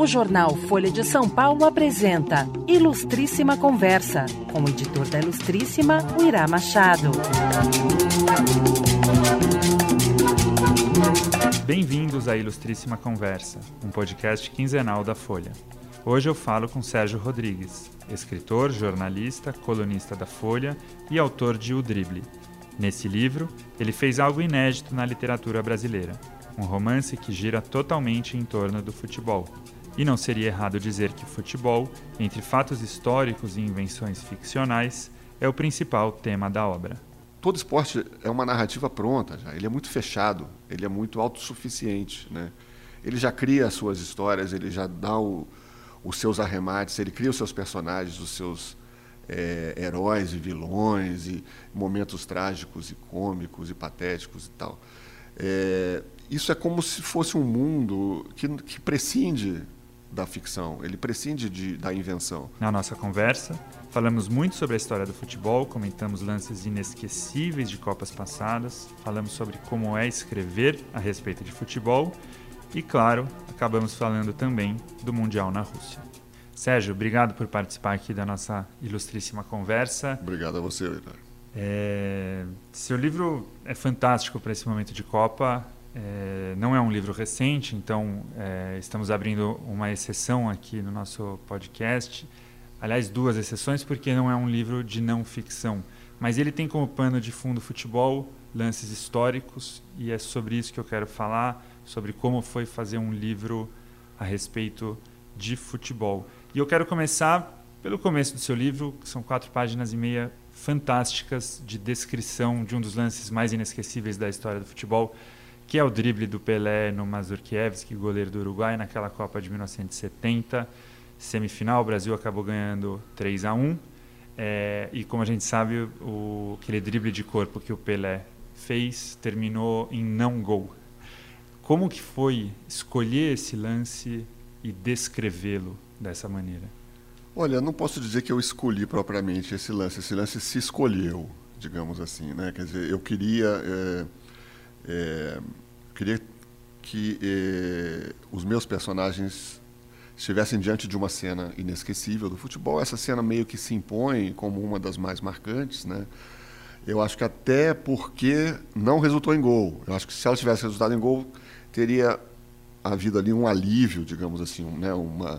O jornal Folha de São Paulo apresenta Ilustríssima Conversa, com o editor da Ilustríssima, o Irá Machado. Bem-vindos à Ilustríssima Conversa, um podcast quinzenal da Folha. Hoje eu falo com Sérgio Rodrigues, escritor, jornalista, colunista da Folha e autor de O Drible. Nesse livro, ele fez algo inédito na literatura brasileira, um romance que gira totalmente em torno do futebol. E não seria errado dizer que o futebol, entre fatos históricos e invenções ficcionais, é o principal tema da obra. Todo esporte é uma narrativa pronta, já. Ele é muito fechado, ele é muito autossuficiente, né? Ele já cria as suas histórias, ele já dá os seus arremates, ele cria os seus personagens, os seus heróis e vilões, e momentos trágicos e cômicos e patéticos e tal. Isso é como se fosse um mundo que prescinde da ficção, ele prescinde da invenção. Na nossa conversa, falamos muito sobre a história do futebol, comentamos lances inesquecíveis de Copas passadas, falamos sobre como é escrever a respeito de futebol e, claro, acabamos falando também do Mundial na Rússia. Sérgio, obrigado por participar aqui da nossa ilustríssima conversa. Obrigado a você, Heitor. Seu livro é fantástico para esse momento de Copa. Não é um livro recente, então estamos abrindo uma exceção aqui no nosso podcast. Aliás, duas exceções, porque não é um livro de não ficção. Mas ele tem como pano de fundo futebol, lances históricos, e é sobre isso que eu quero falar, sobre como foi fazer um livro a respeito de futebol. E eu quero começar pelo começo do seu livro, que são 4 páginas e meia fantásticas de descrição de um dos lances mais inesquecíveis da história do futebol, que é o drible do Pelé no Mazurkiewicz, goleiro do Uruguai, naquela Copa de 1970. Semifinal, o Brasil acabou ganhando 3-1. E como a gente sabe, aquele drible de corpo que o Pelé fez terminou em não gol. Como que foi escolher esse lance e descrevê-lo dessa maneira? Olha, não posso dizer que eu escolhi propriamente esse lance. Esse lance se escolheu, digamos assim, né? Quer dizer, eu queria que os meus personagens estivessem diante de uma cena inesquecível do futebol. Essa cena meio que se impõe como uma das mais marcantes, né? Eu acho que até porque não resultou em gol. Eu acho que se ela tivesse resultado em gol, teria havido ali um alívio, digamos assim, né?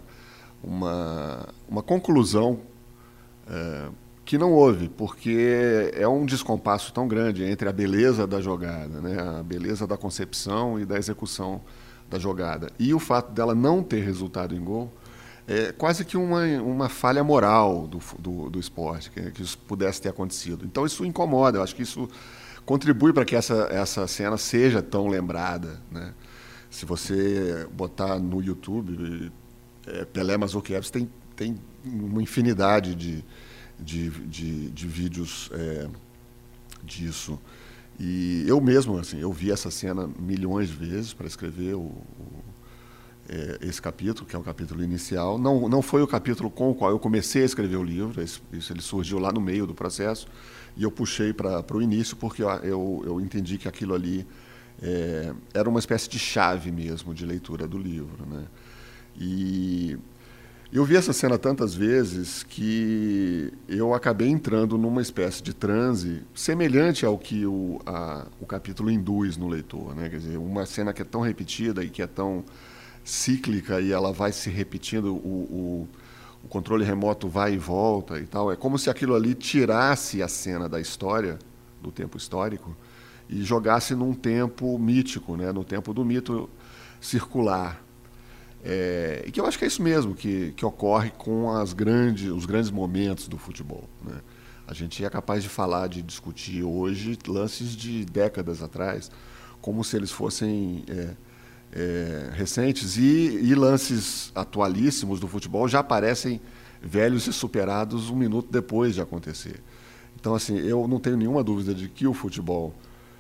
uma conclusão que não houve, porque é um descompasso tão grande entre a beleza da jogada, né? A beleza da concepção e da execução da jogada. E o fato dela não ter resultado em gol é quase que uma falha moral do esporte, que isso pudesse ter acontecido. Então isso incomoda, eu acho que isso contribui para que essa cena seja tão lembrada, né? Se você botar no YouTube, Pelé Mazurkiewicz tem uma infinidade de vídeos disso. E eu mesmo, assim, eu vi essa cena milhões de vezes para escrever esse capítulo, que é o capítulo inicial. Não foi o capítulo com o qual eu comecei a escrever o livro, isso ele surgiu lá no meio do processo, e eu puxei para o início porque eu entendi que aquilo ali era uma espécie de chave mesmo de leitura do livro, né? E eu vi essa cena tantas vezes que eu acabei entrando numa espécie de transe semelhante ao que o capítulo induz no leitor, né? Quer dizer, uma cena que é tão repetida e que é tão cíclica e ela vai se repetindo, o controle remoto vai e volta e tal. É como se aquilo ali tirasse a cena da história, do tempo histórico, e jogasse num tempo mítico, né? No tempo do mito circular. E que eu acho que é isso mesmo que ocorre com os grandes momentos do futebol, né? A gente é capaz de falar, de discutir hoje lances de décadas atrás, como se eles fossem recentes, e lances atualíssimos do futebol já parecem velhos e superados um minuto depois de acontecer. Então, assim, eu não tenho nenhuma dúvida de que o futebol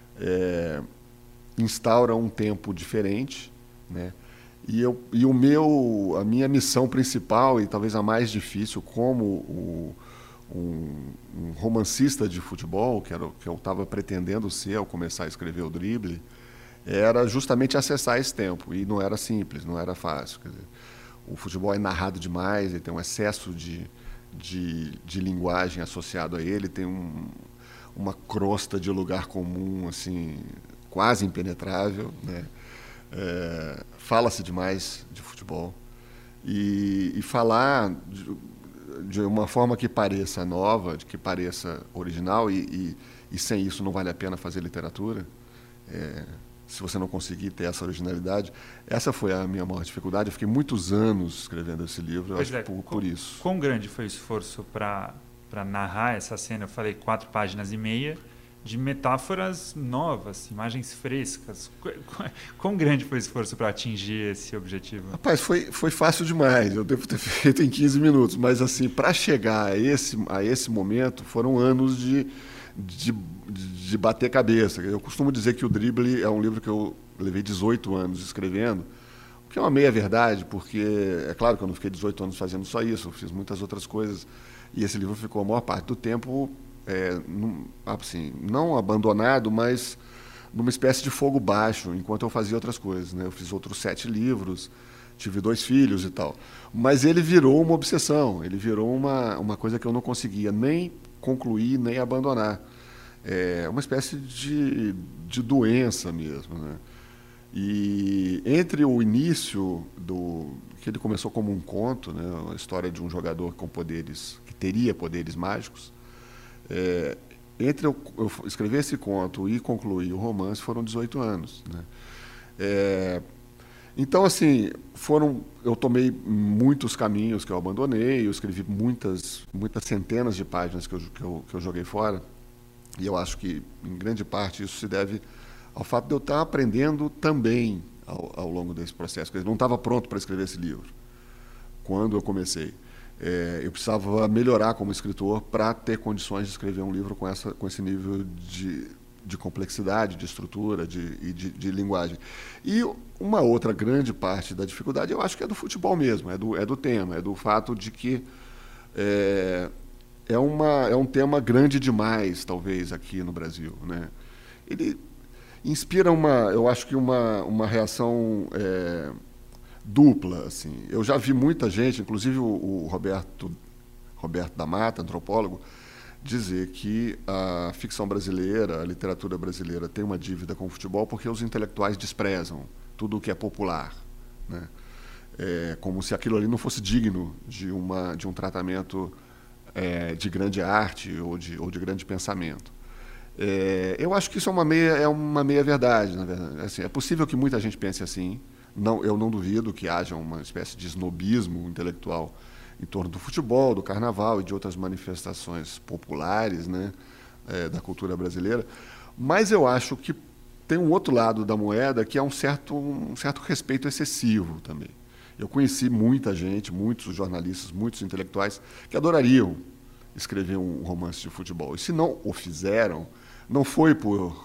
instaura um tempo diferente, né? E a minha missão principal, e talvez a mais difícil, como um romancista de futebol, que eu estava pretendendo ser ao começar a escrever o Drible, era justamente acessar esse tempo. E não era simples, não era fácil. Quer dizer, o futebol é narrado demais, ele tem um excesso de linguagem associado a ele, tem uma crosta de lugar comum assim, quase impenetrável, né? Fala-se demais de futebol. E falar de uma forma que pareça nova, de que pareça original, e sem isso não vale a pena fazer literatura, se você não conseguir ter essa originalidade. Essa foi a minha maior dificuldade. Eu fiquei muitos anos escrevendo esse livro, eu acho, por isso. Quão grande foi o esforço para narrar essa cena? Eu falei 4,5 páginas de metáforas novas, imagens frescas. Quão grande foi o esforço para atingir esse objetivo? Rapaz, foi fácil demais. Eu devo ter feito em 15 minutos, mas assim, para chegar a esse momento, foram anos de bater cabeça. Eu costumo dizer que o Drible é um livro que eu levei 18 anos escrevendo, o que é uma meia-verdade, porque é claro que eu não fiquei 18 anos fazendo só isso, eu fiz muitas outras coisas, e esse livro ficou a maior parte do tempo assim, não abandonado, mas numa espécie de fogo baixo, enquanto eu fazia outras coisas, né? Eu fiz outros 7 livros, tive 2 filhos e tal. Mas ele virou uma obsessão, ele virou uma coisa que eu não conseguia nem concluir, nem abandonar. É uma espécie de doença mesmo, né? E entre o início que ele começou como um conto, né, a história de um jogador com poderes, que teria poderes mágicos, entre eu escrever esse conto e concluir o romance foram 18 anos, né? Então, assim, eu tomei muitos caminhos que eu abandonei, eu escrevi muitas centenas de páginas que eu joguei fora, e eu acho que, em grande parte, isso se deve ao fato de eu estar aprendendo também ao longo desse processo. Porque eu não estava pronto para escrever esse livro quando eu comecei. Eu precisava melhorar como escritor para ter condições de escrever um livro com esse nível de complexidade, de estrutura e de linguagem. E uma outra grande parte da dificuldade, eu acho que é do futebol mesmo, é do tema, é do fato de que é um tema grande demais, talvez, aqui no Brasil, né? Ele inspira eu acho que uma reação dupla, assim. Eu já vi muita gente, inclusive o Roberto da Mata, antropólogo, dizer que a ficção brasileira, a literatura brasileira tem uma dívida com o futebol porque os intelectuais desprezam tudo o que é popular, né? Como se aquilo ali não fosse digno de um tratamento de grande arte ou de grande pensamento. Eu acho que isso é uma meia-verdade, na verdade. Assim, é possível que muita gente pense assim. Eu não duvido que haja uma espécie de snobismo intelectual em torno do futebol, do carnaval e de outras manifestações populares, né, da cultura brasileira. Mas eu acho que tem um outro lado da moeda que é um certo respeito excessivo também. Eu conheci muita gente, muitos jornalistas, muitos intelectuais que adorariam escrever um romance de futebol. E se não o fizeram, não foi por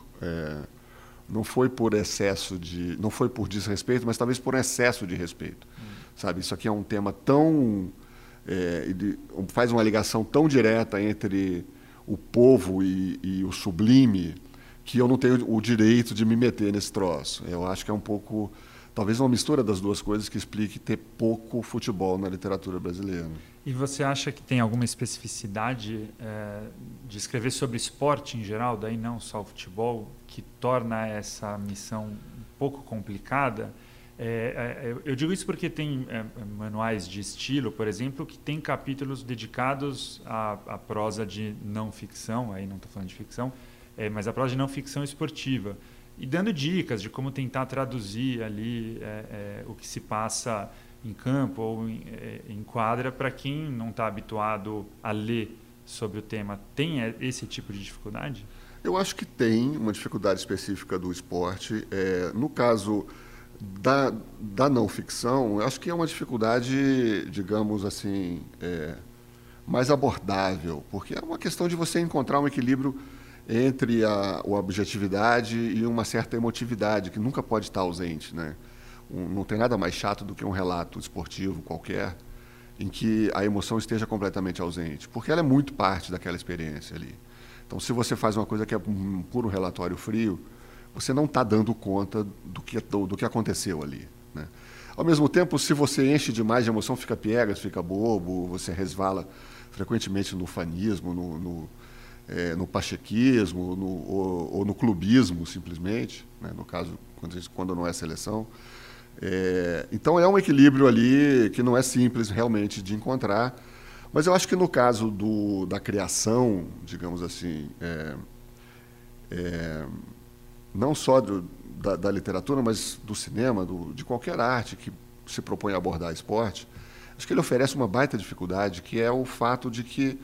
excesso não foi por desrespeito, mas talvez por excesso de respeito. Sabe? Isso aqui é um tema tão ele faz uma ligação tão direta entre o povo e o sublime que eu não tenho o direito de me meter nesse troço. Eu acho que é um pouco, talvez uma mistura das duas coisas que explique ter pouco futebol na literatura brasileira. E você acha que tem alguma especificidade de escrever sobre esporte em geral, daí não só o futebol, que torna essa missão um pouco complicada? Eu digo isso porque tem manuais de estilo, por exemplo, que tem capítulos dedicados à prosa de não ficção, aí não estou falando de ficção, mas a prosa de não ficção esportiva, e dando dicas de como tentar traduzir ali o que se passa em campo ou em quadra para quem não está habituado a ler sobre o tema. Tem esse tipo de dificuldade? Eu acho que tem uma dificuldade específica do esporte. No caso da não ficção, eu acho que é uma dificuldade, digamos assim, mais abordável, porque é uma questão de você encontrar um equilíbrio entre a objetividade e uma certa emotividade, que nunca pode estar ausente, né? Não tem nada mais chato do que um relato esportivo qualquer em que a emoção esteja completamente ausente, porque ela é muito parte daquela experiência ali. Então, se você faz uma coisa que é um puro relatório frio, você não está dando conta do que aconteceu ali, né? Ao mesmo tempo, se você enche demais de emoção, fica piegas, fica bobo, você resvala frequentemente no fanismo, no pachequismo, ou no clubismo, simplesmente, né? No caso, quando não é seleção. Então, é um equilíbrio ali que não é simples realmente de encontrar, mas eu acho que no caso da criação, digamos assim, não só da literatura, mas do cinema, de qualquer arte que se propõe a abordar esporte, acho que ele oferece uma baita dificuldade, que é o fato de que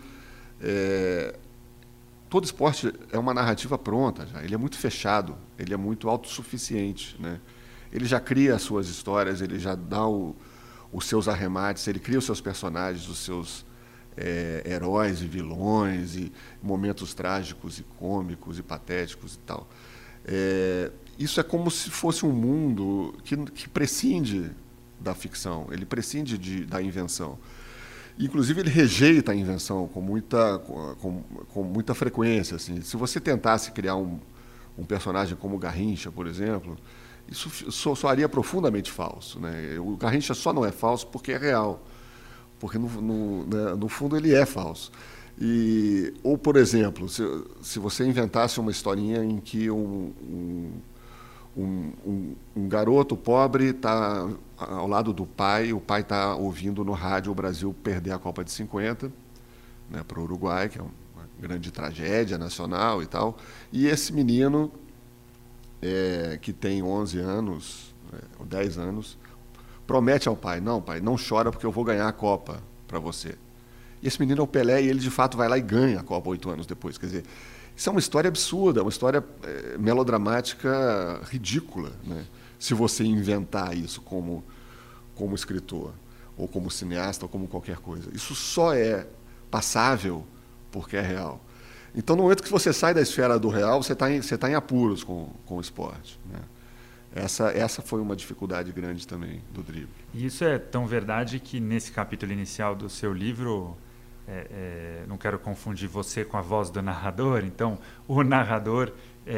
todo esporte é uma narrativa pronta, já. Ele é muito fechado, ele é muito autossuficiente, né? Ele já cria as suas histórias, ele já dá os seus arremates, ele cria os seus personagens, os seus heróis e vilões, e momentos trágicos e cômicos e patéticos e tal. Isso é como se fosse um mundo que prescinde da ficção, ele prescinde da invenção. Inclusive, ele rejeita a invenção com muita frequência. Assim. Se você tentasse criar um personagem como o Garrincha, por exemplo, isso soaria profundamente falso, né? O Garrincha só não é falso porque é real, porque no fundo ele é falso. Ou, por exemplo, se você inventasse uma historinha em que um garoto pobre está ao lado do pai, o pai está ouvindo no rádio o Brasil perder a Copa de 50, né, para o Uruguai, que é uma grande tragédia nacional e tal, e esse menino, que tem 11 anos, ou 10 anos, promete ao pai, não, pai, não chora porque eu vou ganhar a Copa para você. E esse menino é o Pelé, e ele de fato vai lá e ganha a Copa 8 anos depois. Quer dizer, isso é uma história absurda, uma história melodramática ridícula, né? Se você inventar isso como escritor, ou como cineasta, ou como qualquer coisa. Isso só é passável porque é real. Então, no momento que você sai da esfera do real, você está em apuros com o esporte, né? Essa foi uma dificuldade grande também do drible. E isso é tão verdade que nesse capítulo inicial do seu livro, não quero confundir você com a voz do narrador, então o narrador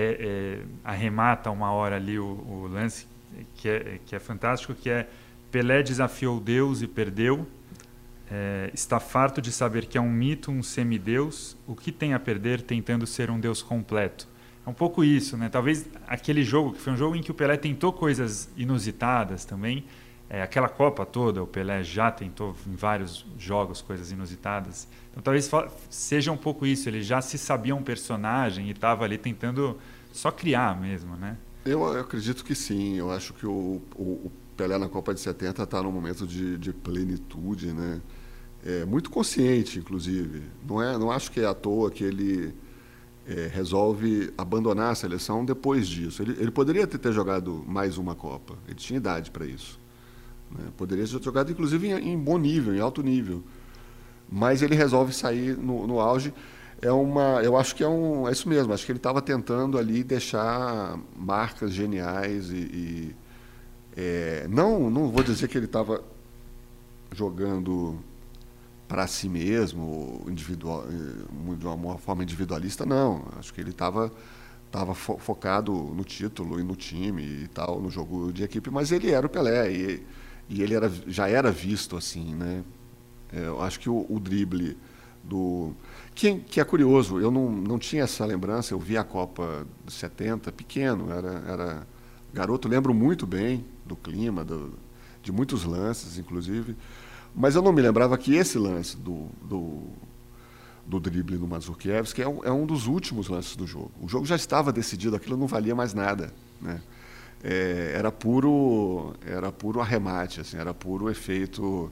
arremata uma hora ali o lance que é fantástico, que é: Pelé desafiou Deus e perdeu, está farto de saber que é um mito, um semideus, o que tem a perder tentando ser um Deus completo? É um pouco isso, né? Talvez aquele jogo, que foi um jogo em que o Pelé tentou coisas inusitadas também, aquela Copa toda, o Pelé já tentou em vários jogos coisas inusitadas. Então talvez seja um pouco isso, ele já se sabia um personagem e estava ali tentando só criar mesmo, né? Eu acredito que sim, eu acho que o Pelé na Copa de 70 está num momento de plenitude, né? Muito consciente, inclusive. Não acho que é à toa que ele resolve abandonar a seleção depois disso. Ele poderia ter jogado mais uma Copa, ele tinha idade para isso, né? Poderia ter jogado, inclusive, em bom nível, em alto nível. Mas ele resolve sair no auge. Eu acho que é isso mesmo, acho que ele estava tentando ali deixar marcas geniais não vou dizer que ele estava jogando para si mesmo, individual, de uma forma individualista, não. Acho que ele estava focado no título e no time e tal, no jogo de equipe, mas ele era o Pelé e ele já era visto assim, né? Eu acho que o drible que é curioso, eu não tinha essa lembrança, eu vi a Copa de 70 pequeno, era garoto, lembro muito bem do clima, de muitos lances, inclusive, mas eu não me lembrava que esse lance do drible no Mazurkiewicz é um dos últimos lances do jogo. O jogo já estava decidido, aquilo não valia mais nada, né? Era puro arremate, assim, era puro efeito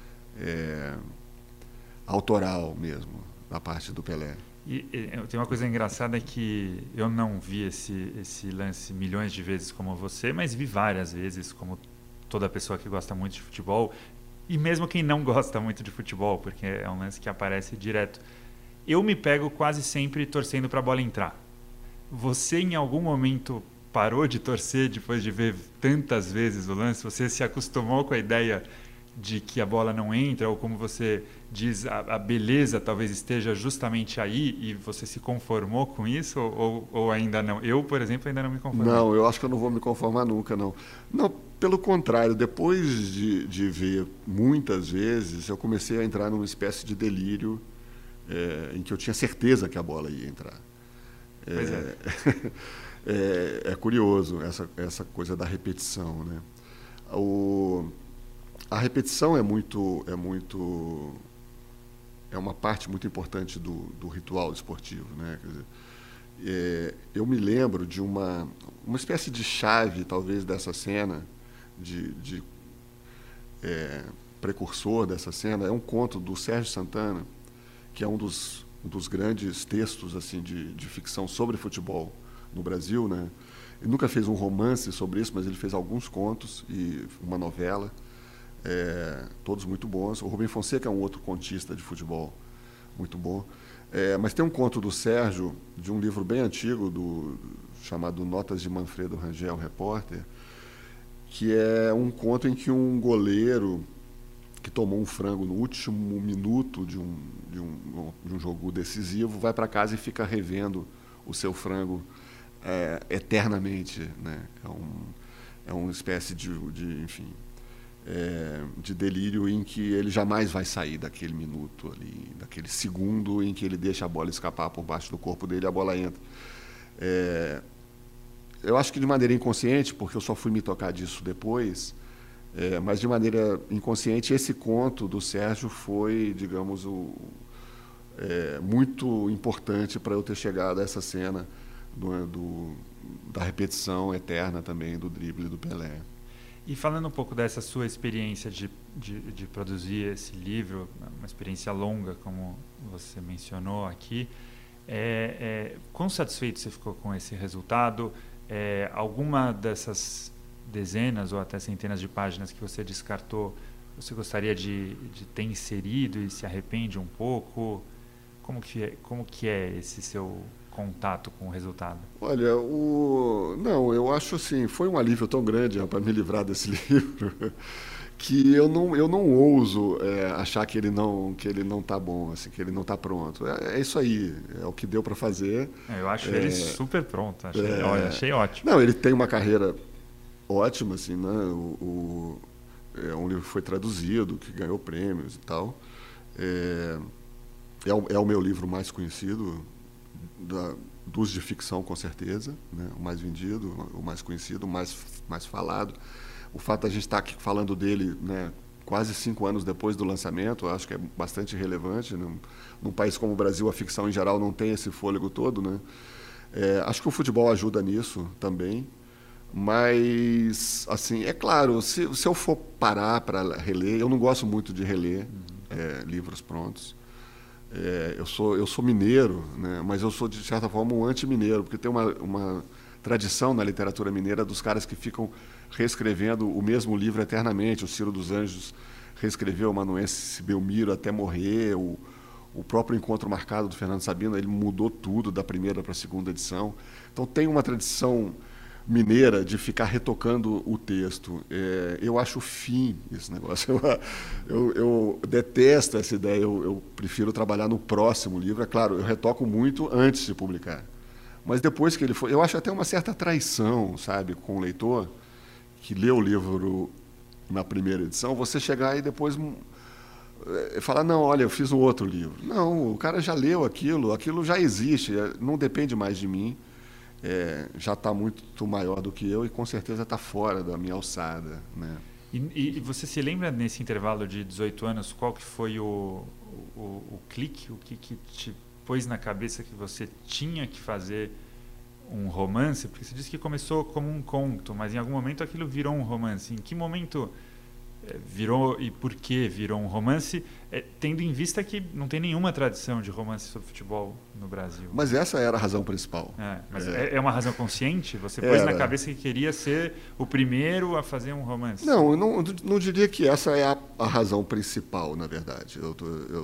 autoral mesmo, da parte do Pelé. E tem uma coisa engraçada, que eu não vi esse lance milhões de vezes como você, mas vi várias vezes, como toda pessoa que gosta muito de futebol, e mesmo quem não gosta muito de futebol, porque é um lance que aparece direto. Eu me pego quase sempre torcendo para a bola entrar. Você, em algum momento, parou de torcer depois de ver tantas vezes o lance? Você se acostumou com a ideia de que a bola não entra, ou como você diz, a beleza talvez esteja justamente aí, e você se conformou com isso, ou ainda não? Eu, por exemplo, ainda não me conformei. Não, eu acho que eu não vou me conformar nunca, não. Não, pelo contrário, depois de ver muitas vezes, eu comecei a entrar numa espécie de delírio em que eu tinha certeza que a bola ia entrar. Pois é. É curioso essa coisa da repetição, né? A repetição é uma parte muito importante do ritual esportivo, né? Quer dizer, eu me lembro de uma espécie de chave, talvez, dessa cena, de precursor dessa cena, é um conto do Sérgio Santana, que é um dos grandes textos assim de ficção sobre futebol no Brasil, né? Ele nunca fez um romance sobre isso, mas ele fez alguns contos e uma novela, todos muito bons. O Rubem Fonseca é um outro contista de futebol muito bom. Mas tem um conto do Sérgio, de um livro bem antigo, chamado Notas de Manfredo Rangel, repórter, que é um conto em que um goleiro que tomou um frango no último minuto de um jogo decisivo vai para casa e fica revendo o seu frango eternamente, né? É uma espécie de delírio em que ele jamais vai sair daquele minuto ali, daquele segundo em que ele deixa a bola escapar por baixo do corpo dele e a bola entra. Eu acho que de maneira inconsciente, porque eu só fui me tocar disso depois, mas de maneira inconsciente esse conto do Sérgio foi, digamos, muito importante para eu ter chegado a essa cena da repetição eterna também do drible do Pelé. E falando um pouco dessa sua experiência de produzir esse livro, uma experiência longa, como você mencionou aqui, quão satisfeito você ficou com esse resultado? Alguma dessas dezenas ou até centenas de páginas que você descartou, você gostaria de ter inserido e se arrepende um pouco? Como que é esse seu contato com o resultado? Olha, não, eu acho assim, foi um alívio tão grande para me livrar desse livro que eu não ouso achar que ele não está bom, assim, que ele não está pronto. É isso aí, é o que deu para fazer. Eu acho ele super pronto, achei ótimo. Não, ele tem uma carreira ótima, assim, né? Um livro que foi traduzido, que ganhou prêmios e tal. É o meu livro mais conhecido, dos de ficção, com certeza, né? O mais vendido, o mais conhecido, o mais falado. O fato de a gente estar aqui falando dele, né, quase 5 anos depois do lançamento, eu acho que é bastante relevante. Num país como o Brasil, a ficção em geral não tem esse fôlego todo, né? Acho que o futebol ajuda nisso também. Mas, assim, é claro, se eu for parar para reler, eu não gosto muito de reler livros prontos. Eu sou mineiro, né, mas eu sou, de certa forma, um anti-mineiro, porque tem uma tradição na literatura mineira dos caras que ficam reescrevendo o mesmo livro eternamente. O Ciro dos Anjos reescreveu o Amanuense Belmiro até morrer, o próprio Encontro Marcado do Fernando Sabino, ele mudou tudo da primeira para a segunda edição. Então tem uma tradição mineira de ficar retocando o texto. Eu acho fim esse negócio. Eu detesto essa ideia. Eu prefiro trabalhar no próximo livro. É claro, eu retoco muito antes de publicar. Mas depois que ele foi... Eu acho até uma certa traição, sabe, com o leitor, que lê o livro na primeira edição, você chegar e depois falar, não, olha, eu fiz um outro livro. Não, o cara já leu aquilo já existe, não depende mais de mim. Já está muito maior do que eu e com certeza está fora da minha alçada, né? E você se lembra nesse intervalo de 18 anos qual que foi o clique, o que te pôs na cabeça que você tinha que fazer um romance? Porque você disse que começou como um conto, mas em algum momento aquilo virou um romance. Em que momento virou e por que virou um romance, tendo em vista que não tem nenhuma tradição de romance sobre futebol no Brasil? Mas essa era a razão principal. Mas é uma razão consciente? Você pôs na cabeça que queria ser o primeiro a fazer um romance? Não, eu não diria que essa é a razão principal, na verdade. Eu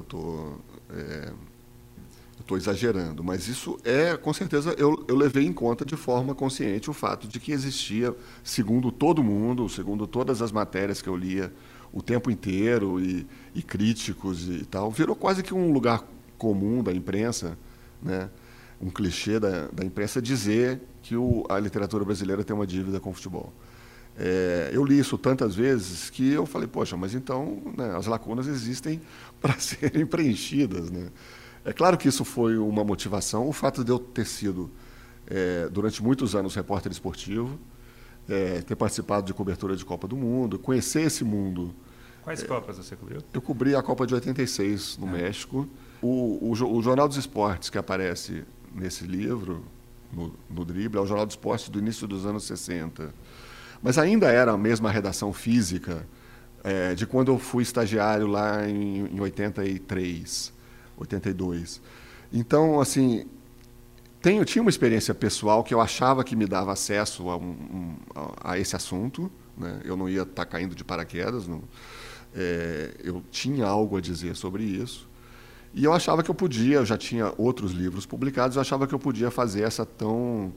estou exagerando, mas isso com certeza, eu levei em conta de forma consciente o fato de que existia, segundo todo mundo, segundo todas as matérias que eu lia o tempo inteiro e críticos e tal, virou quase que um lugar comum da imprensa, né? Um clichê da imprensa dizer que a literatura brasileira tem uma dívida com o futebol. Eu li isso tantas vezes que eu falei, poxa, mas então, né, as lacunas existem para serem preenchidas, né? É claro que isso foi uma motivação, o fato de eu ter sido, durante muitos anos, repórter esportivo, ter participado de cobertura de Copa do Mundo, conhecer esse mundo. Quais Copas você cobriu? Eu cobri a Copa de 86 no México. O Jornal dos Esportes, que aparece nesse livro, no Drible, é o Jornal dos Esportes do início dos anos 60. Mas ainda era a mesma redação física de quando eu fui estagiário lá em 83, 82. Então, assim, tinha uma experiência pessoal que eu achava que me dava acesso a esse assunto, né? Eu não ia estar caindo de paraquedas, não. Eu tinha algo a dizer sobre isso. E eu achava que eu podia, eu já tinha outros livros publicados, eu achava que eu podia fazer essa tão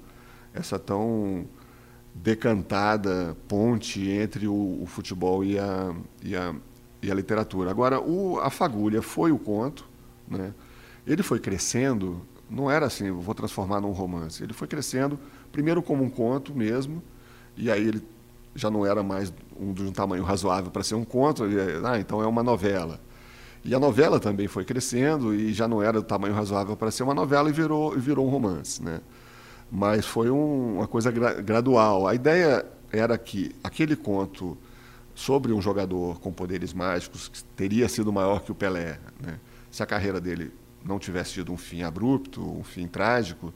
decantada ponte entre o futebol e a literatura. Agora, a Fagulha foi o conto, né? Ele foi crescendo, não era assim, eu vou transformar num romance. Ele foi crescendo, primeiro como um conto mesmo, e aí ele já não era mais de um tamanho razoável para ser um conto, então é uma novela. E a novela também foi crescendo e já não era do tamanho razoável para ser uma novela e virou um romance, né? Mas foi uma coisa gradual. A ideia era que aquele conto sobre um jogador com poderes mágicos que teria sido maior que o Pelé, né? Se a carreira dele não tivesse tido um fim abrupto, um fim trágico,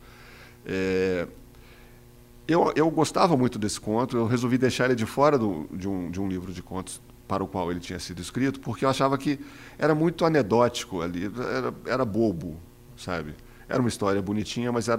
eu gostava muito desse conto. Eu resolvi deixar ele de fora de um livro de contos para o qual ele tinha sido escrito, porque eu achava que era muito anedótico ali, era bobo, sabe? Era uma história bonitinha, mas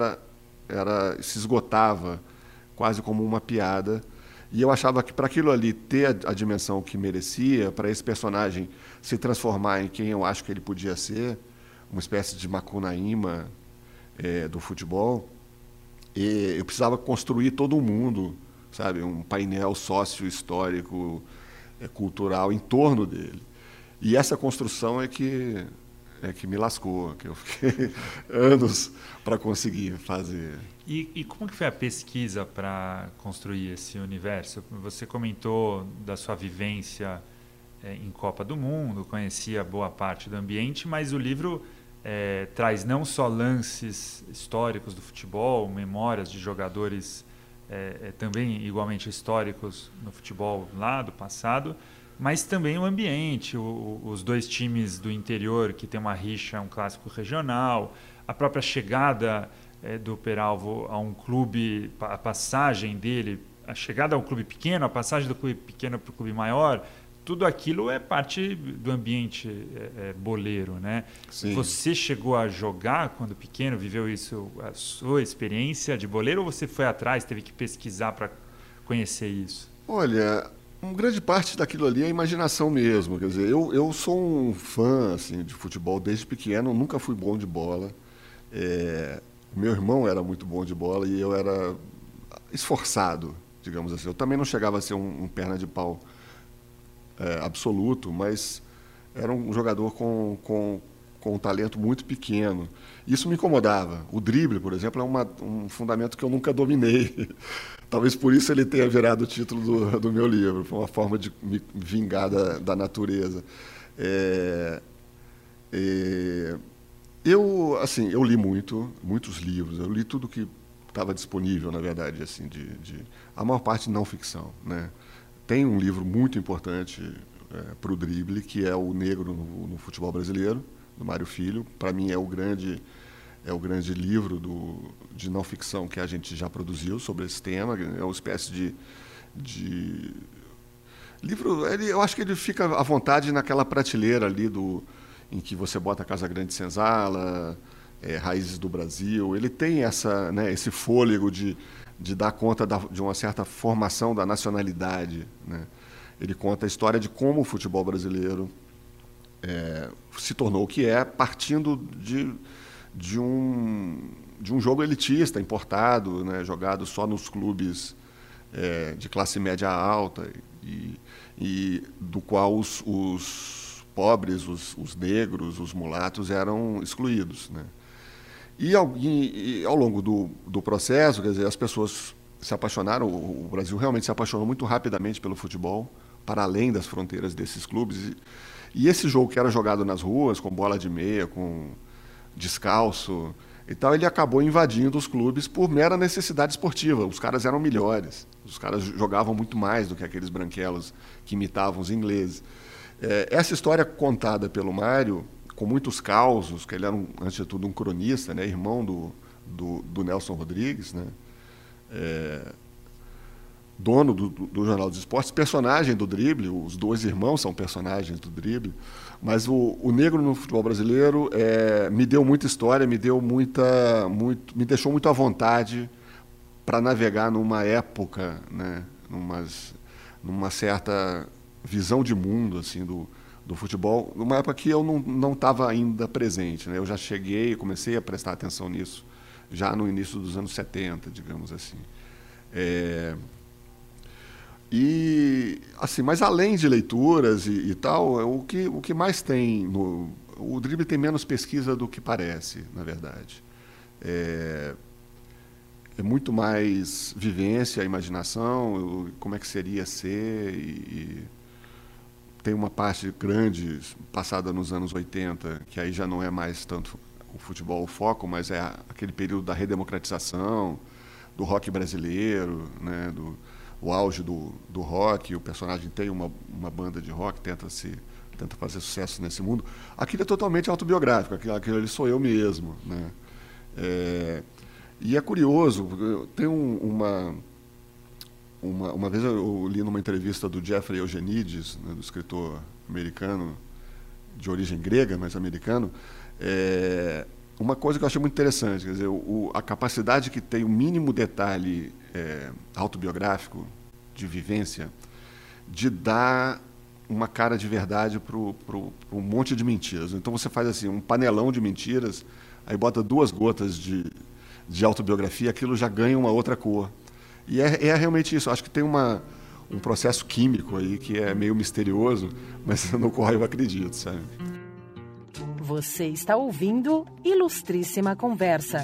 se esgotava quase como uma piada. E eu achava que para aquilo ali ter a dimensão que merecia, para esse personagem se transformar em quem eu acho que ele podia ser, uma espécie de Macunaíma do futebol, eu precisava construir todo o mundo, sabe? Um painel sócio-histórico, cultural em torno dele. E essa construção é que me lascou, que eu fiquei anos para conseguir fazer. E como que foi a pesquisa para construir esse universo? Você comentou da sua vivência em Copa do Mundo, conhecia boa parte do ambiente, mas o livro traz não só lances históricos do futebol, memórias de jogadores também igualmente históricos no futebol lá do passado, mas também o ambiente, os dois times do interior que tem uma rixa, um clássico regional, a própria chegada do Peralvo a um clube, a passagem dele, a chegada a um clube pequeno, a passagem do clube pequeno para o clube maior, tudo aquilo é parte do ambiente boleiro, né? Sim. Você chegou a jogar quando pequeno, viveu isso, a sua experiência de boleiro, ou você foi atrás, teve que pesquisar para conhecer isso? Olha, uma grande parte daquilo ali é imaginação mesmo. Quer dizer, eu sou um fã assim, de futebol desde pequeno, nunca fui bom de bola. O meu irmão era muito bom de bola e eu era esforçado, digamos assim. Eu também não chegava a ser um perna de pau absoluto, mas era um jogador com um talento muito pequeno. Isso me incomodava. O drible, por exemplo, é um fundamento que eu nunca dominei. Talvez por isso ele tenha virado o título do meu livro. Foi uma forma de me vingar da natureza. Eu li muitos livros. Eu li tudo que estava disponível, na verdade, assim, a maior parte não ficção, né? Tem um livro muito importante para o drible, que é O Negro no Futebol Brasileiro, do Mário Filho. Para mim é o grande livro de não ficção que a gente já produziu sobre esse tema. É uma espécie de livro. Eu acho que ele fica à vontade naquela prateleira ali em que você bota Casa Grande Senzala, Raízes do Brasil. Ele tem esse fôlego de dar conta de uma certa formação da nacionalidade, né? Ele conta a história de como o futebol brasileiro se tornou o que é, partindo de um jogo elitista, importado, né? Jogado só nos clubes de classe média alta, e do qual os pobres, os negros, os mulatos eram excluídos, né? E ao longo do processo, quer dizer, as pessoas se apaixonaram, o Brasil realmente se apaixonou muito rapidamente pelo futebol, para além das fronteiras desses clubes. E esse jogo que era jogado nas ruas, com bola de meia, com descalço e tal, ele acabou invadindo os clubes por mera necessidade esportiva. Os caras eram melhores, os caras jogavam muito mais do que aqueles branquelos que imitavam os ingleses. Essa história contada pelo Mário, com muitos causos, que ele era, antes de tudo, um cronista, né, irmão do Nelson Rodrigues, né, dono do Jornal dos Esportes, personagem do drible, os dois irmãos são personagens do drible, mas o negro no futebol brasileiro me deu muita história, me deixou muito à vontade para navegar numa época, né, numa certa visão de mundo assim, do futebol, numa época que eu não estava ainda presente, né? Eu já comecei a prestar atenção nisso já no início dos anos 70, digamos assim. E assim, mas além de leituras e tal, o que mais tem o drible tem menos pesquisa do que parece, na verdade. É muito mais vivência, imaginação, como é que seria ser, e tem uma parte grande passada nos anos 80, que aí já não é mais tanto o futebol o foco, mas é aquele período da redemocratização, do rock brasileiro, né, o auge do rock. O personagem tem uma banda de rock, tenta fazer sucesso nesse mundo. Aquilo é totalmente autobiográfico, aquilo ali sou eu mesmo, né? E é curioso, tem uma vez eu li numa entrevista do Jeffrey Eugenides, né, do escritor americano, de origem grega, mas americano, uma coisa que eu achei muito interessante, quer dizer, a capacidade que tem o mínimo detalhe autobiográfico, de vivência, de dar uma cara de verdade para um monte de mentiras. Então você faz assim, um panelão de mentiras, aí bota 2 gotas de autobiografia, aquilo já ganha uma outra cor. E é realmente isso. Acho que tem um processo químico aí que é meio misterioso, mas no qual eu acredito, sabe? Você está ouvindo Ilustríssima Conversa.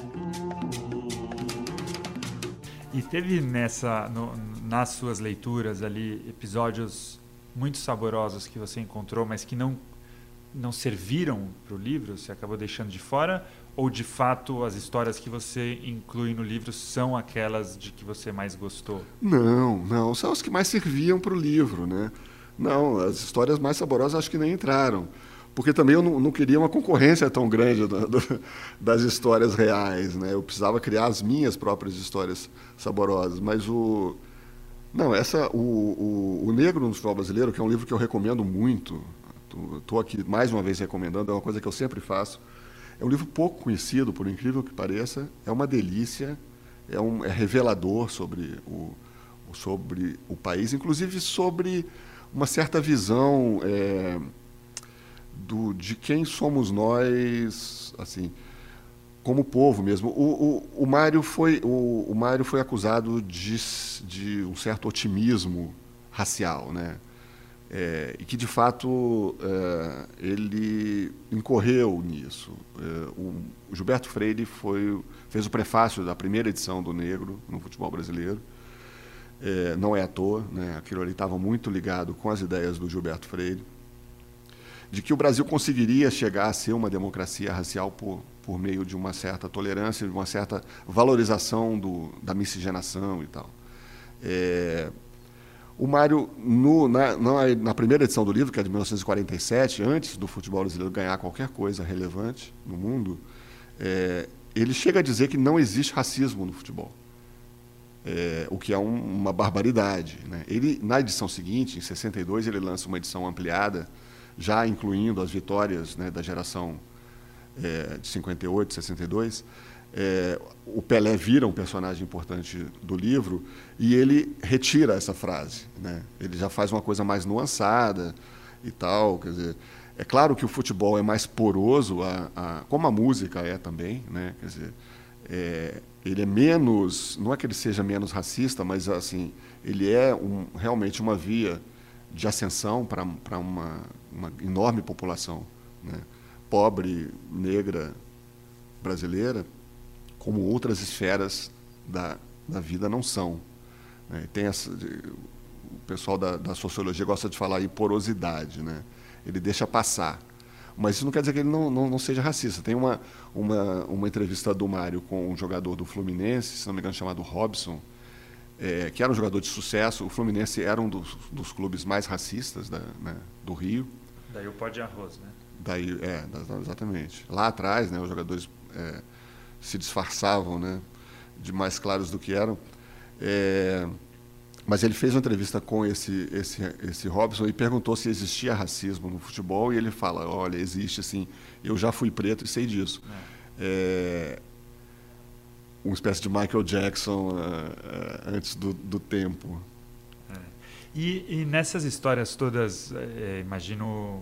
E teve nas suas leituras ali episódios muito saborosos que você encontrou, mas que não serviram para o livro? Você acabou deixando de fora? Ou, de fato, as histórias que você inclui no livro são aquelas de que você mais gostou? Não. São as que mais serviam para o livro, né? Não, as histórias mais saborosas acho que nem entraram. Porque também eu não queria uma concorrência tão grande das histórias reais, né? Eu precisava criar as minhas próprias histórias saborosas. Mas o Negro no Futebol Brasileiro, que é um livro que eu recomendo muito, estou aqui mais uma vez recomendando, é uma coisa que eu sempre faço. É um livro pouco conhecido, por incrível que pareça, é uma delícia, é revelador sobre o país, inclusive sobre uma certa visão de quem somos nós, assim, como povo mesmo. O Mário foi acusado de um certo otimismo racial, né? E que, de fato, ele incorreu nisso. O Gilberto Freire fez o prefácio da primeira edição do Negro no futebol brasileiro. Não é à toa, né? Aquilo ali estava muito ligado com as ideias do Gilberto Freire, de que o Brasil conseguiria chegar a ser uma democracia racial por meio de uma certa tolerância, de uma certa valorização da miscigenação e tal. O Mário, na primeira edição do livro, que é de 1947, antes do futebol brasileiro ganhar qualquer coisa relevante no mundo, ele chega a dizer que não existe racismo no futebol, o que é uma barbaridade, né? Ele, na edição seguinte, em 62, ele lança uma edição ampliada, já incluindo as vitórias, né, da geração de 58, 62. O Pelé vira um personagem importante do livro e ele retira essa frase, né? Ele já faz uma coisa mais nuançada e tal. Quer dizer, é claro que o futebol é mais poroso, como a música é também, né? Quer dizer, ele é menos, não é que ele seja menos racista, mas assim, ele é realmente uma via de ascensão para uma enorme população, né? Pobre, negra, brasileira, como outras esferas na vida não são. Né? Tem o pessoal da sociologia gosta de falar em porosidade, né? Ele deixa passar. Mas isso não quer dizer que ele não seja racista. Tem uma entrevista do Mário com um jogador do Fluminense, se não me engano, chamado Robson, que era um jogador de sucesso. O Fluminense era um dos clubes mais racistas né, do Rio. Daí o pó de arroz, né? Daí, exatamente. Lá atrás, né, os jogadores se disfarçavam, né, de mais claros do que eram. Mas ele fez uma entrevista com esse Robson e perguntou se existia racismo no futebol, e ele fala, olha, existe sim, eu já fui preto e sei disso. Uma espécie de Michael Jackson antes do tempo. E nessas histórias todas, imagino,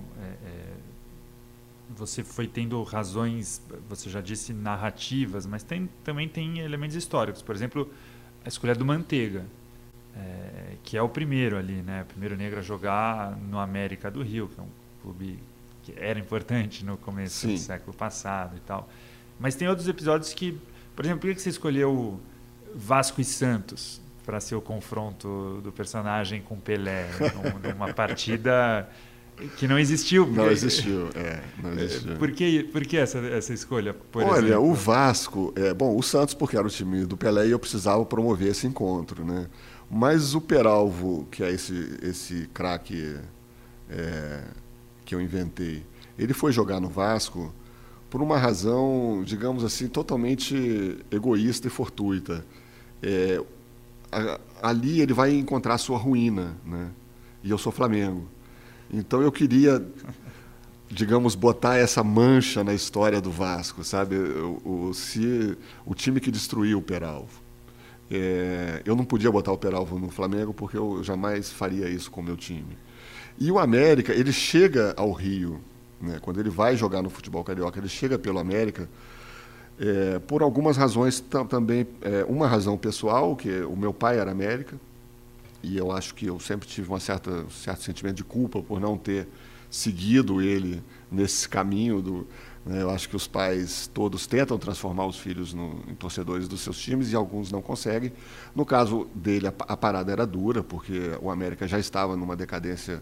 você foi tendo razões, você já disse narrativas, mas também tem elementos históricos. Por exemplo, a escolha do Manteiga, que é o primeiro ali, né? O primeiro negro a jogar no América do Rio, que é um clube que era importante no começo do século passado e tal. Mas tem outros episódios que, por exemplo, por que você escolheu Vasco e Santos para ser o confronto do personagem com Pelé, numa partida que não existiu? Não existiu, não existiu. Por que essa escolha, por Olha, exemplo? o Vasco, o Santos porque era o time do Pelé e eu precisava promover esse encontro, né? Mas o Peralvo, que é esse craque que eu inventei, ele foi jogar no Vasco por uma razão, digamos assim, totalmente egoísta e fortuita. Ali ele vai encontrar a sua ruína, né? E eu sou Flamengo. Então eu queria, digamos, botar essa mancha na história do Vasco, sabe? O time que destruiu o Peralvo. Eu não podia botar o Peralvo no Flamengo porque eu jamais faria isso com o meu time. E o América, ele chega ao Rio, né? Quando ele vai jogar no futebol carioca, ele chega pelo América por algumas razões também. Uma razão pessoal, que o meu pai era América, e eu acho que eu sempre tive um certo sentimento de culpa por não ter seguido ele nesse caminho né? Eu acho que os pais todos tentam transformar os filhos em torcedores dos seus times e alguns não conseguem. No caso dele, a parada era dura, porque o América já estava numa decadência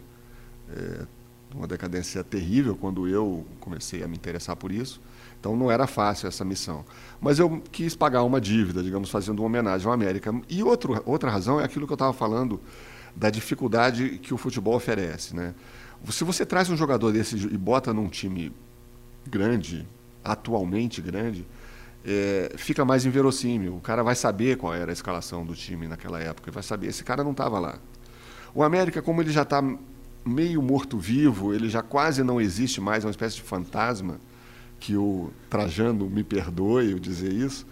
terrível quando eu comecei a me interessar por isso. Então não era fácil essa missão. Mas eu quis pagar uma dívida, digamos, fazendo uma homenagem ao América. E outra razão é aquilo que eu estava falando da dificuldade que o futebol oferece, né? Se você traz um jogador desse e bota num time grande, atualmente grande, fica mais inverossímil. O cara vai saber qual era a escalação do time naquela época, vai saber, esse cara não estava lá. O América, como ele já está meio morto-vivo, ele já quase não existe mais, é uma espécie de fantasma, que o Trajano me perdoe eu dizer isso,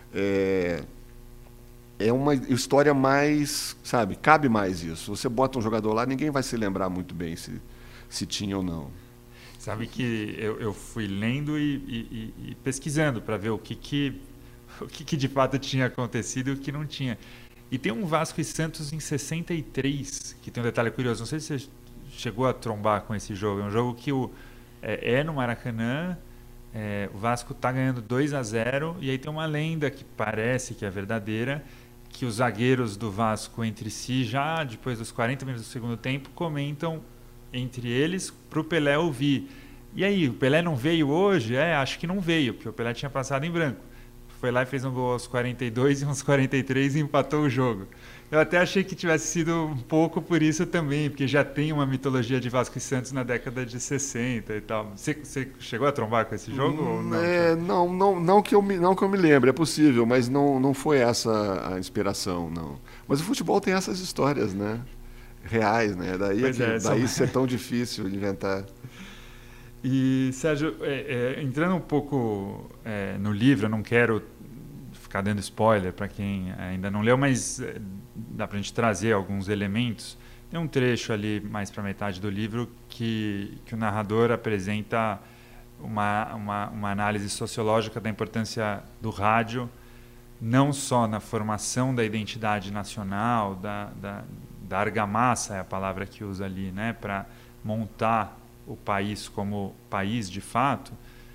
é uma história mais, sabe, cabe mais isso. Você bota um jogador lá, ninguém vai se lembrar muito bem se tinha ou não. Sabe que eu fui lendo e pesquisando para ver o que de fato tinha acontecido e o que não tinha. E tem um Vasco e Santos em 63, que tem um detalhe curioso. Não sei se você chegou a trombar com esse jogo. É um jogo que no Maracanã, o Vasco está ganhando 2-0, e aí tem uma lenda que parece que é verdadeira, que os zagueiros do Vasco entre si, já depois dos 40 minutos do segundo tempo, comentam entre eles para o Pelé ouvir. E aí, o Pelé não veio hoje? Acho que não veio, porque o Pelé tinha passado em branco. Foi lá e fez um gol aos 42 e uns 43 e empatou o jogo. Eu até achei que tivesse sido um pouco por isso também, porque já tem uma mitologia de Vasco e Santos na década de 60 e tal. Você chegou a trombar com esse jogo ou não? Não que eu me lembre, é possível, mas não foi essa a inspiração, não. Mas o futebol tem essas histórias, né? Reais, né? Daí ser tão difícil de inventar. E, Sérgio, entrando um pouco no livro, eu não quero ficar dando spoiler para quem ainda não leu, mas dá para a gente trazer alguns elementos. Tem um trecho ali, mais para a metade do livro, que o narrador apresenta uma análise sociológica da importância do rádio, não só na formação da identidade nacional, da argamassa é a palavra que usa ali, né, para montar o país como país de fato,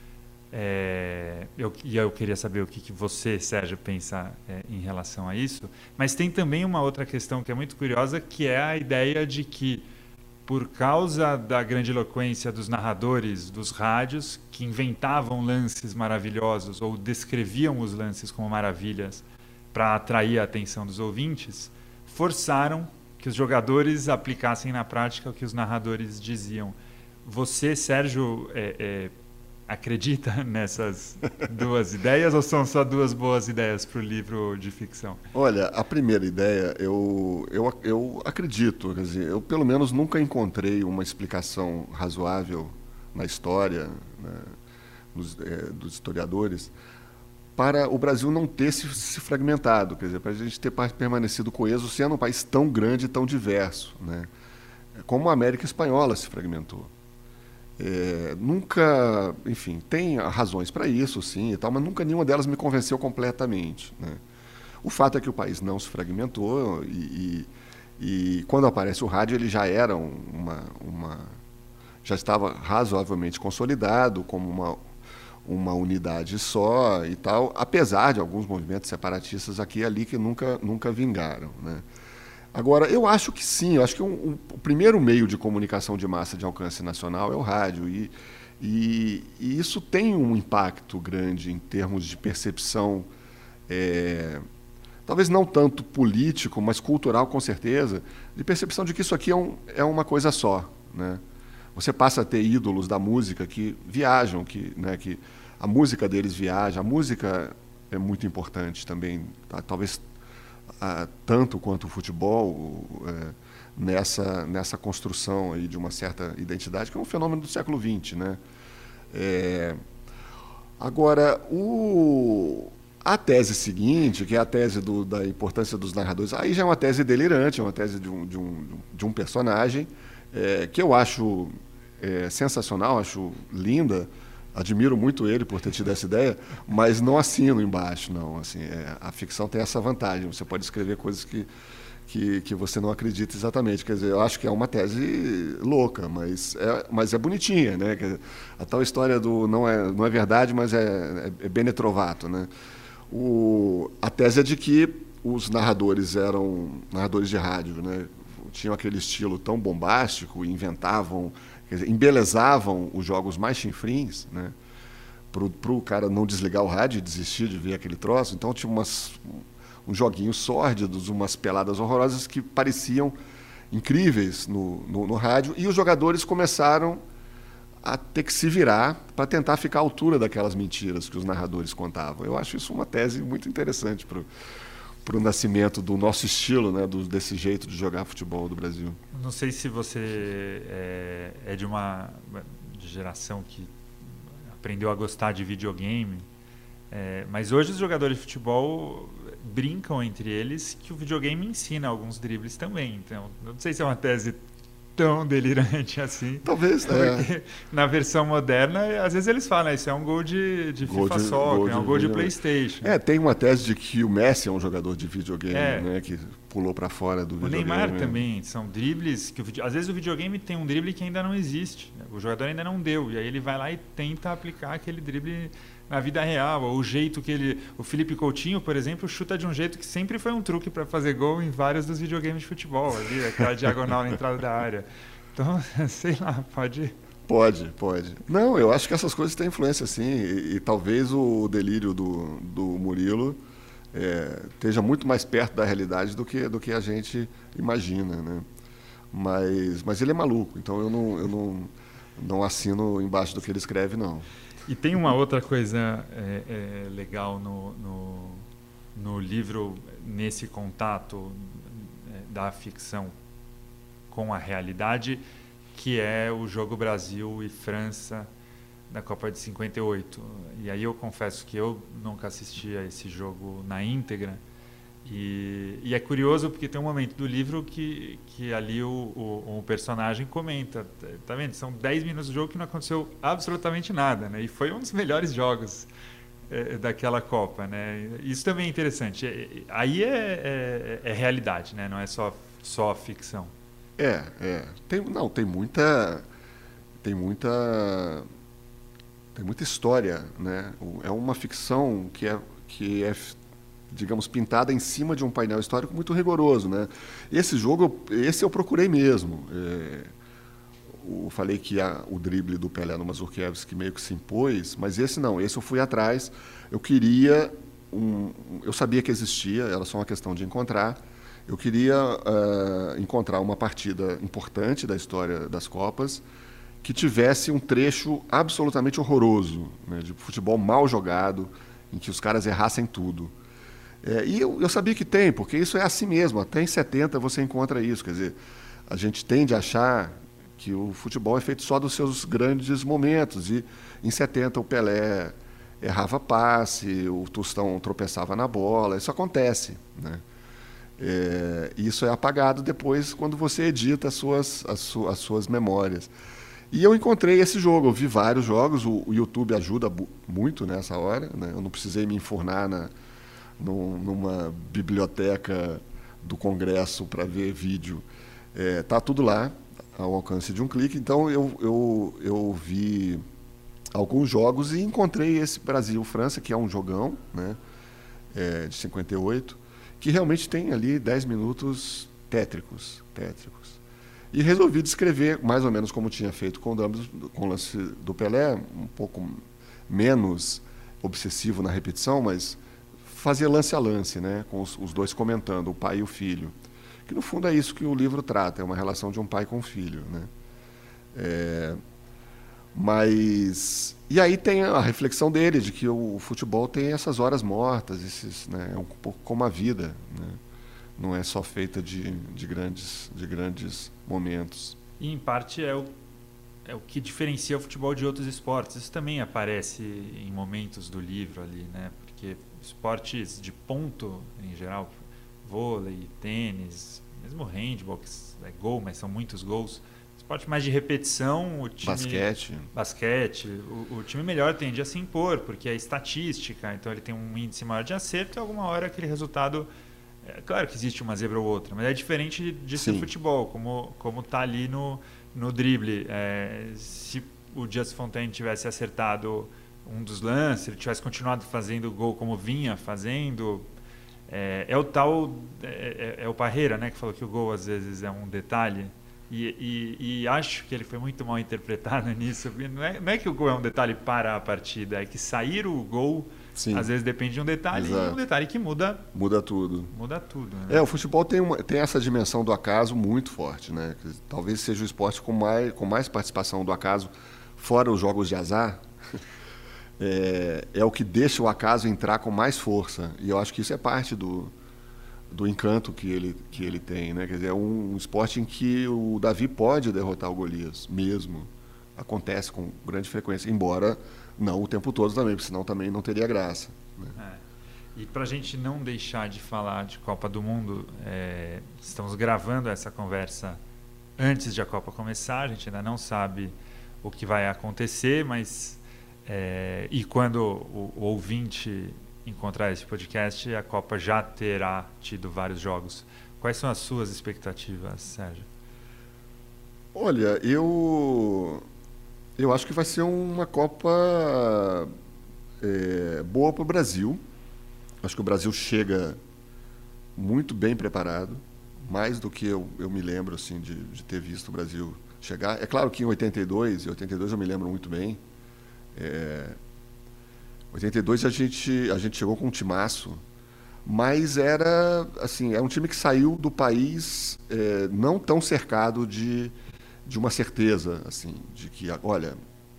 Eu queria saber o que você, Sérgio, pensa em relação a isso. Mas tem também uma outra questão que é muito curiosa, que é a ideia de que, por causa da grandiloquência dos narradores dos rádios, que inventavam lances maravilhosos ou descreviam os lances como maravilhas para atrair a atenção dos ouvintes, forçaram que os jogadores aplicassem na prática o que os narradores diziam. Você, Sérgio, acredita nessas duas ideias ou são só duas boas ideias para o livro de ficção? Olha, a primeira ideia eu acredito, quer dizer, eu pelo menos nunca encontrei uma explicação razoável na história, né, dos historiadores, para o Brasil não ter se fragmentado, quer dizer, para a gente ter permanecido coeso, sendo um país tão grande e tão diverso, né, como a América Espanhola se fragmentou. Nunca, enfim, tem razões para isso, sim, e tal, mas nunca nenhuma delas me convenceu completamente, né? O fato é que o país não se fragmentou e quando aparece o rádio ele já era já estava razoavelmente consolidado como uma unidade só e tal, apesar de alguns movimentos separatistas aqui e ali que nunca vingaram, né? Agora, eu acho que sim, eu acho que o primeiro meio de comunicação de massa de alcance nacional é o rádio, e isso tem um impacto grande em termos de percepção, talvez não tanto político, mas cultural com certeza, de percepção de que isso aqui é uma coisa só, né? Você passa a ter ídolos da música que viajam, né, que a música deles viaja, a música é muito importante também, tá? Talvez tanto quanto o futebol, nessa construção aí de uma certa identidade, que é um fenômeno do século XX, né? Agora, a tese seguinte, que é a tese da importância dos narradores, aí já é uma tese delirante, é uma tese de um personagem que eu acho sensacional, acho linda, admiro muito ele por ter tido essa ideia, mas não assino embaixo, não. Assim, a ficção tem essa vantagem, você pode escrever coisas que você não acredita exatamente. Quer dizer, eu acho que é uma tese louca, mas é bonitinha, né? A tal história do não é verdade, mas é bene trovato, né? A tese é de que os narradores eram narradores de rádio, né? Tinham aquele estilo tão bombástico, inventavam, quer dizer, embelezavam os jogos mais chinfrins, né? Para o cara não desligar o rádio e desistir de ver aquele troço. Então tinha uns joguinhos sórdidos, umas peladas horrorosas que pareciam incríveis no rádio, e os jogadores começaram a ter que se virar para tentar ficar à altura daquelas mentiras que os narradores contavam. Eu acho isso uma tese muito interessante para o nascimento do nosso estilo, né, desse jeito de jogar futebol do Brasil. Não sei se você é de uma geração que aprendeu a gostar de videogame, mas hoje os jogadores de futebol brincam entre eles que o videogame ensina alguns dribles também. Então, não sei se é uma tese tão delirante assim. Talvez, porque na versão moderna, às vezes eles falam, isso é um gol de FIFA Soccer, é um gol de PlayStation. Tem uma tese de que o Messi é um jogador de videogame, né, que pulou para fora do videogame. O Neymar também, são dribles que às vezes o videogame tem um drible que ainda não existe, né? O jogador ainda não deu, e aí ele vai lá e tenta aplicar aquele drible na vida real, ou o jeito que o Felipe Coutinho, por exemplo, chuta de um jeito que sempre foi um truque para fazer gol em vários dos videogames de futebol, ali, aquela diagonal na entrada da área. Então, sei lá, pode. Pode. Não, eu acho que essas coisas têm influência, sim, e talvez o delírio do Murilo esteja muito mais perto da realidade do que a gente imagina, né? Mas ele é maluco, então eu não assino embaixo do que ele escreve, não. E tem uma outra coisa legal no livro, nesse contato da ficção com a realidade, que é o jogo Brasil e França da Copa de 58. E aí eu confesso que eu nunca assisti a esse jogo na íntegra. E é curioso porque tem um momento do livro que ali o personagem comenta, tá vendo? São 10 minutos de jogo que não aconteceu absolutamente nada, né? E foi um dos melhores jogos daquela Copa, né? Isso também é interessante. Aí é realidade, né? Não é só ficção. Tem tem muita história, né? É uma ficção que é, digamos, pintada em cima de um painel histórico muito rigoroso, né? Esse jogo, esse eu procurei mesmo. Eu falei que o drible do Pelé no Mazurkiewicz que meio que se impôs, mas esse não, esse eu fui atrás. Eu queria eu sabia que existia, era só uma questão de encontrar. Eu queria encontrar uma partida importante da história das Copas que tivesse um trecho absolutamente horroroso, né, de futebol mal jogado, em que os caras errassem tudo. E eu sabia que tem, porque isso é assim mesmo. Até em 70 você encontra isso. Quer dizer, a gente tende a achar que o futebol é feito só dos seus grandes momentos. E em 70 o Pelé errava passe, o Tostão tropeçava na bola. Isso acontece, né? Isso é apagado depois quando você edita as suas memórias. E eu encontrei esse jogo, eu vi vários jogos, o YouTube ajuda muito nessa hora, né? Eu não precisei me enfurnar numa biblioteca do Congresso para ver vídeo. Tá tudo lá, ao alcance de um clique. Então eu vi alguns jogos e encontrei esse Brasil-França, que é um jogão, né? De 58, que realmente tem ali 10 minutos tétricos. E resolvi descrever, mais ou menos como tinha feito com o lance do Pelé, um pouco menos obsessivo na repetição, mas fazer lance a lance, né? Com os dois comentando, o pai e o filho. Que no fundo é isso que o livro trata, é uma relação de um pai com um filho, né? Mas... E aí tem a reflexão dele, de que o futebol tem essas horas mortas, né? É um pouco como a vida, né? Não é só feita de grandes momentos. E, em parte, é o que diferencia o futebol de outros esportes. Isso também aparece em momentos do livro ali, né? Porque esportes de ponto, em geral, vôlei, tênis, mesmo handball, que é gol, mas são muitos gols. Esporte mais de repetição, o time... Basquete. O time melhor tende a se impor, porque é estatística, então ele tem um índice maior de acerto e alguma hora aquele resultado... Claro que existe uma zebra ou outra, mas é diferente de ser futebol, como está ali no drible. Se o Just Fontaine tivesse acertado um dos lances, ele tivesse continuado fazendo gol como vinha fazendo, o Parreira, né, que falou que o gol às vezes é um detalhe, e acho que ele foi muito mal interpretado nisso. Não é que o gol é um detalhe para a partida, é que sair o gol... Sim. Às vezes depende de um detalhe. Exato. E um detalhe que muda tudo. Muda tudo, né? O futebol tem essa dimensão do acaso muito forte, né? Talvez seja o esporte com mais participação do acaso, fora os jogos de azar. É o que deixa o acaso entrar com mais força. E eu acho que isso é parte do encanto que ele tem, né? Quer dizer, é um esporte em que o Davi pode derrotar o Golias mesmo. Acontece com grande frequência, embora não o tempo todo também, porque senão também não teria graça, né? E para a gente não deixar de falar de Copa do Mundo, estamos gravando essa conversa antes de a Copa começar, a gente ainda não sabe o que vai acontecer, mas e quando o ouvinte encontrar esse podcast, a Copa já terá tido vários jogos. Quais são as suas expectativas, Sérgio? Olha, eu acho que vai ser uma Copa boa para o Brasil. Acho que o Brasil chega muito bem preparado, mais do que eu me lembro assim, de ter visto o Brasil chegar. É claro que em 82 eu me lembro muito bem. 82 a gente chegou com um timaço, mas era um time que saiu do país não tão cercado de uma certeza, assim, de que, olha,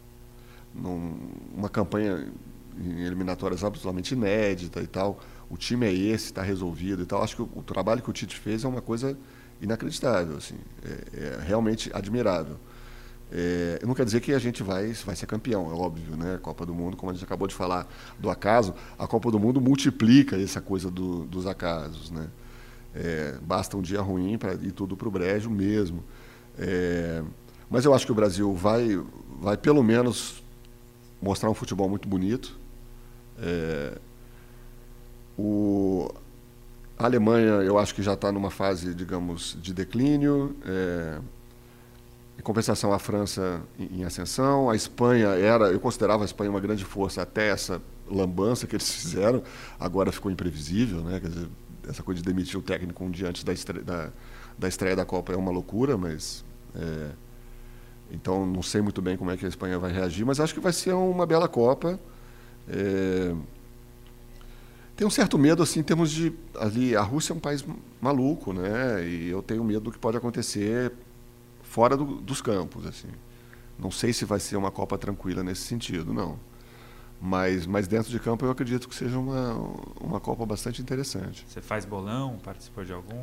uma campanha em eliminatórias absolutamente inédita e tal, o time é esse, está resolvido e tal. Acho que o trabalho que o Tite fez é uma coisa inacreditável, assim, realmente admirável. Não quer dizer que a gente vai ser campeão, é óbvio, né? Copa do Mundo, como a gente acabou de falar do acaso, a Copa do Mundo multiplica essa coisa dos acasos, né? Basta um dia ruim para ir tudo para o brejo mesmo. Mas eu acho que o Brasil vai pelo menos mostrar um futebol muito bonito. A Alemanha, eu acho que já está numa fase, digamos, de declínio. Em compensação, a França em ascensão, a Espanha eu considerava a Espanha uma grande força até essa lambança que eles fizeram, agora ficou imprevisível, né? Quer dizer, essa coisa de demitir o técnico um dia antes da estreia da Copa é uma loucura, mas então não sei muito bem como é que a Espanha vai reagir, mas acho que vai ser uma bela Copa. Tem um certo medo assim, em termos de ali, a Rússia é um país maluco, né? E eu tenho medo do que pode acontecer fora dos campos, assim. Não sei se vai ser uma Copa tranquila nesse sentido, não. Mas dentro de campo eu acredito que seja uma Copa bastante interessante. Você faz bolão? Participou de algum?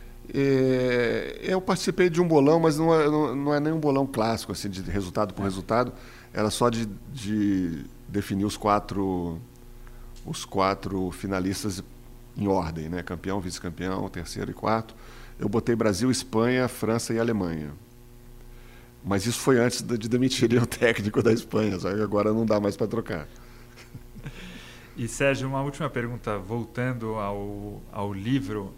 Eu participei de um bolão, mas não é nem um bolão clássico, assim, de resultado por resultado. Era só de definir os quatro finalistas em ordem, né? Campeão, vice-campeão, terceiro e quarto. Eu botei Brasil, Espanha, França e Alemanha. Mas isso foi antes de demitirem o técnico da Espanha, só que agora não dá mais para trocar. E, Sérgio, uma última pergunta, voltando ao livro.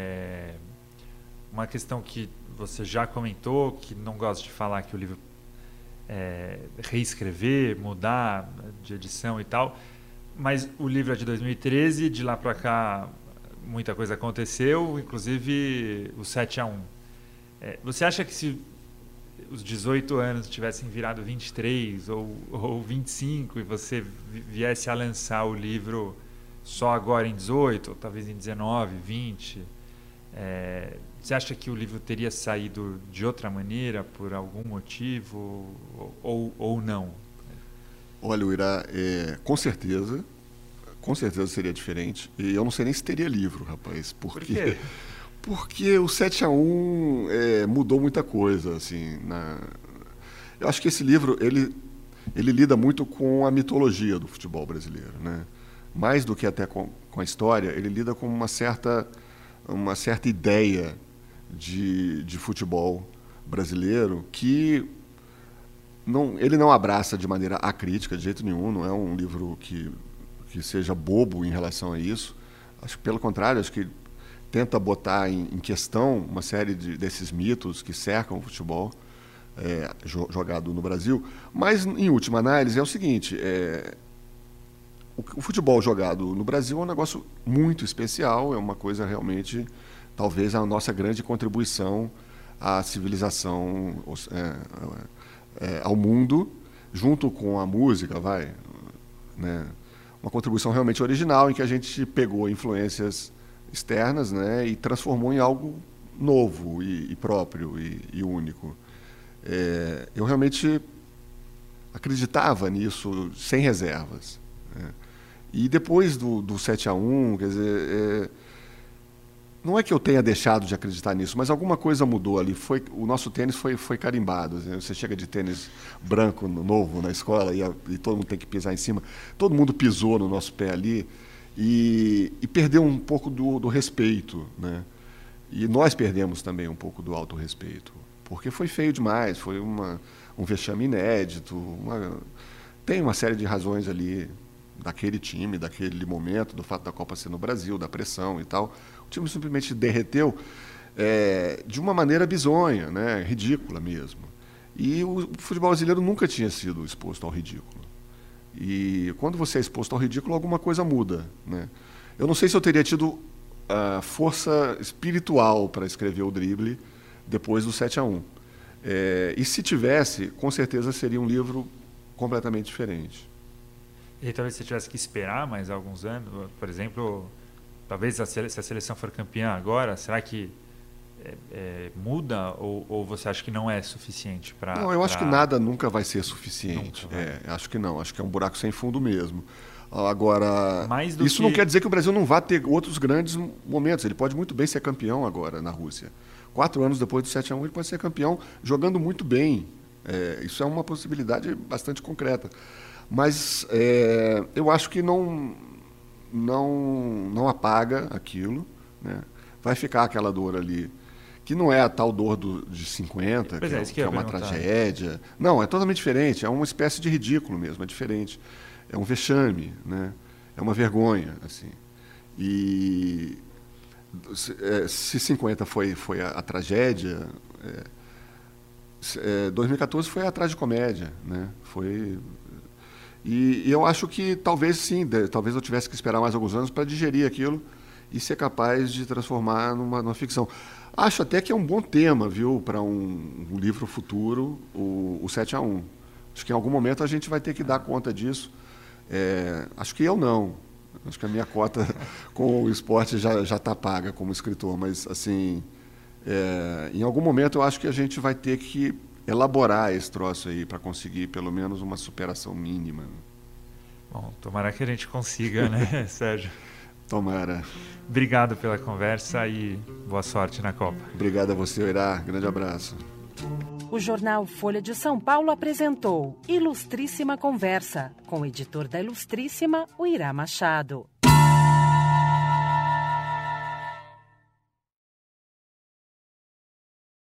Uma questão que você já comentou, que não gosta de falar que o livro reescrever, mudar de edição e tal, mas o livro é de 2013, de lá para cá muita coisa aconteceu, inclusive o 7-1. Você acha que se os 18 anos tivessem virado 23 ou 25 e você viesse a lançar o livro só agora em 18, ou talvez em 19, 20, você acha que o livro teria saído de outra maneira por algum motivo ou não? Olha, Uirá, com certeza seria diferente. E eu não sei nem se teria livro, rapaz. Por quê? Porque o 7-1 mudou muita coisa, assim. Eu acho que esse livro ele lida muito com a mitologia do futebol brasileiro, né? Mais do que até com a história, ele lida com uma certa ideia de futebol brasileiro que ele não abraça de maneira acrítica, de jeito nenhum. Não é um livro que seja bobo em relação a isso. Acho que, pelo contrário, acho que tenta botar em questão uma série desses mitos que cercam o futebol jogado no Brasil. Mas, em última análise, é o seguinte: o futebol jogado no Brasil é um negócio muito especial, é uma coisa realmente, talvez, a nossa grande contribuição à civilização, ao mundo, junto com a música, né? Uma contribuição realmente original, em que a gente pegou influências externas, né, e transformou em algo novo e próprio e único. Eu realmente acreditava nisso sem reservas, né? E depois do 7-1, quer dizer, não é que eu tenha deixado de acreditar nisso, mas alguma coisa mudou ali. O nosso tênis foi carimbado, né? Você chega de tênis branco novo na escola e todo mundo tem que pisar em cima. Todo mundo pisou no nosso pé ali e perdeu um pouco do respeito, né? E nós perdemos também um pouco do autorrespeito, porque foi feio demais, foi um vexame inédito. Tem uma série de razões ali daquele time, daquele momento, do fato da Copa ser no Brasil, da pressão e tal. O time simplesmente derreteu de uma maneira bizonha, né? Ridícula mesmo. E o futebol brasileiro nunca tinha sido exposto ao ridículo. E quando você é exposto ao ridículo, alguma coisa muda, né? Eu não sei se eu teria tido força espiritual para escrever o drible depois do 7-1. E se tivesse, com certeza seria um livro completamente diferente. E talvez você tivesse que esperar mais alguns anos, por exemplo, talvez se a seleção for campeã agora, será que muda ou você acha que não é suficiente para... Não, eu acho que nada nunca vai ser suficiente. Acho que não, acho que é um buraco sem fundo mesmo. Agora, isso não quer dizer que o Brasil não vá ter outros grandes momentos. Ele pode muito bem ser campeão agora na Rússia. 4 anos depois do 7-1, ele pode ser campeão jogando muito bem. Isso é uma possibilidade bastante concreta. Mas eu acho que não apaga aquilo, né? Vai ficar aquela dor ali, que não é a tal dor de 50, que é uma tragédia. Não, é totalmente diferente. É uma espécie de ridículo mesmo, é diferente. É um vexame, né? É uma vergonha, assim. E se 50 foi a tragédia, 2014 foi a tragicomédia, né? E eu acho que talvez sim, talvez eu tivesse que esperar mais alguns anos para digerir aquilo e ser capaz de transformar numa ficção. Acho até que é um bom tema, viu, para um livro futuro, o 7-1. Acho que em algum momento a gente vai ter que dar conta disso. Acho que eu não. Acho que a minha cota com o esporte já está paga como escritor, mas assim, em algum momento eu acho que a gente vai ter que elaborar esse troço aí para conseguir pelo menos uma superação mínima. Bom, tomara que a gente consiga, né, Sérgio? Tomara. Obrigado pela conversa e boa sorte na Copa. Obrigado a você, Irá. Grande abraço. O jornal Folha de São Paulo apresentou Ilustríssima Conversa, com o editor da Ilustríssima, o Irá Machado.